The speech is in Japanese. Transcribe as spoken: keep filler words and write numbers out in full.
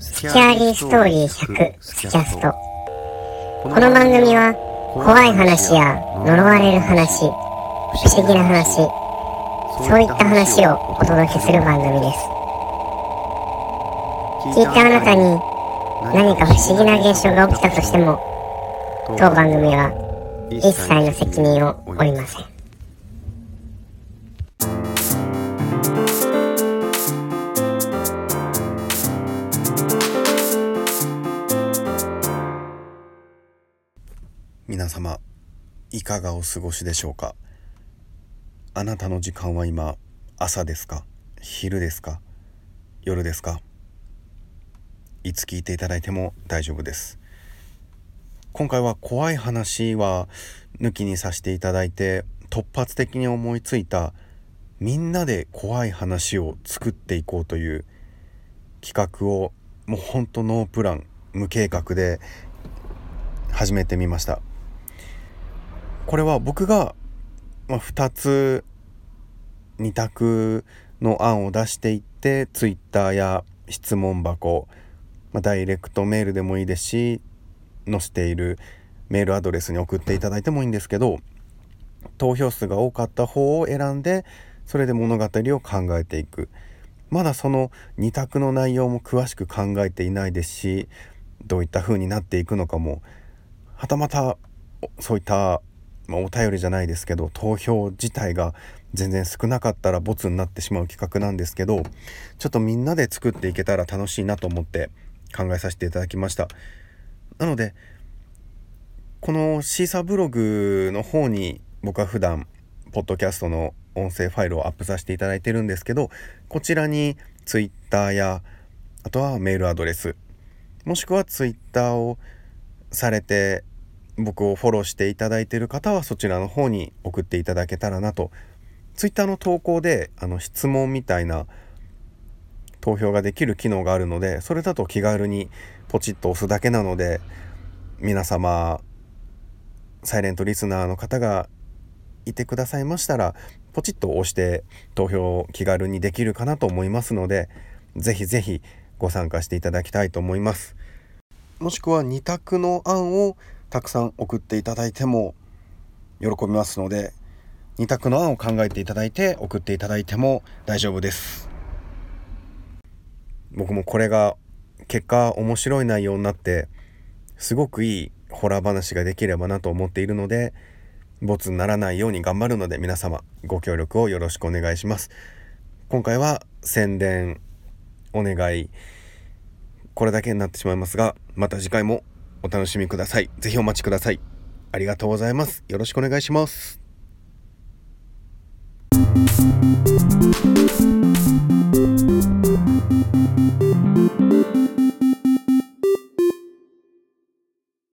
スキャーリーストーリーひゃくスキャスト。この番組は怖い話や呪われる話、不思議な話、そういった話をお届けする番組です。聞いたあなたに何か不思議な現象が起きたとしても、当番組は一切の責任を負いません。 皆様いかがお過ごしでしょうか。あなたの時間は今朝ですか、昼ですか、夜ですか。いつ聞いていただいても大丈夫です。今回は怖い話は抜きにさせていただいて、突発的に思いついたみんなで怖い話を作っていこうという企画を、もうほんとノープラン無計画で始めてみました。これは僕がふたつに択の案を出していって、ツイッターや質問箱、まあ、ダイレクトメールでもいいですし、載せているメールアドレスに送っていただいてもいいんですけど、投票数が多かった方を選んで、それで物語を考えていく。まだそのに択の内容も詳しく考えていないですし、どういった風になっていくのかも、はたまたそういったまあ、お便りじゃないですけど、投票自体が全然少なかったらボツになってしまう企画なんですけど、ちょっとみんなで作っていけたら楽しいなと思って考えさせていただきました。なのでこのシーサーブログの方に僕は普段ポッドキャストの音声ファイルをアップさせていただいてるんですけど、こちらにツイッターやあとはメールアドレス、もしくはツイッターをされて僕をフォローしていただいている方はそちらの方に送っていただけたらなと。ツイッターの投稿であの質問みたいな投票ができる機能があるので、それだと気軽にポチッと押すだけなので、皆様サイレントリスナーの方がいてくださいましたら、ポチッと押して投票を気軽にできるかなと思いますので、ぜひぜひご参加していただきたいと思います。もしくはに択の案をたくさん送っていただいても喜びますので、に択の案を考えていただいて送っていただいても大丈夫です。僕もこれが結果面白い内容になってすごくいいホラー話ができればなと思っているので、ボツにならないように頑張るので、皆様ご協力をよろしくお願いします。今回は宣伝お願い、これだけになってしまいますが、また次回もお楽しみください。ぜひお待ちください。ありがとうございます。よろしくお願いします。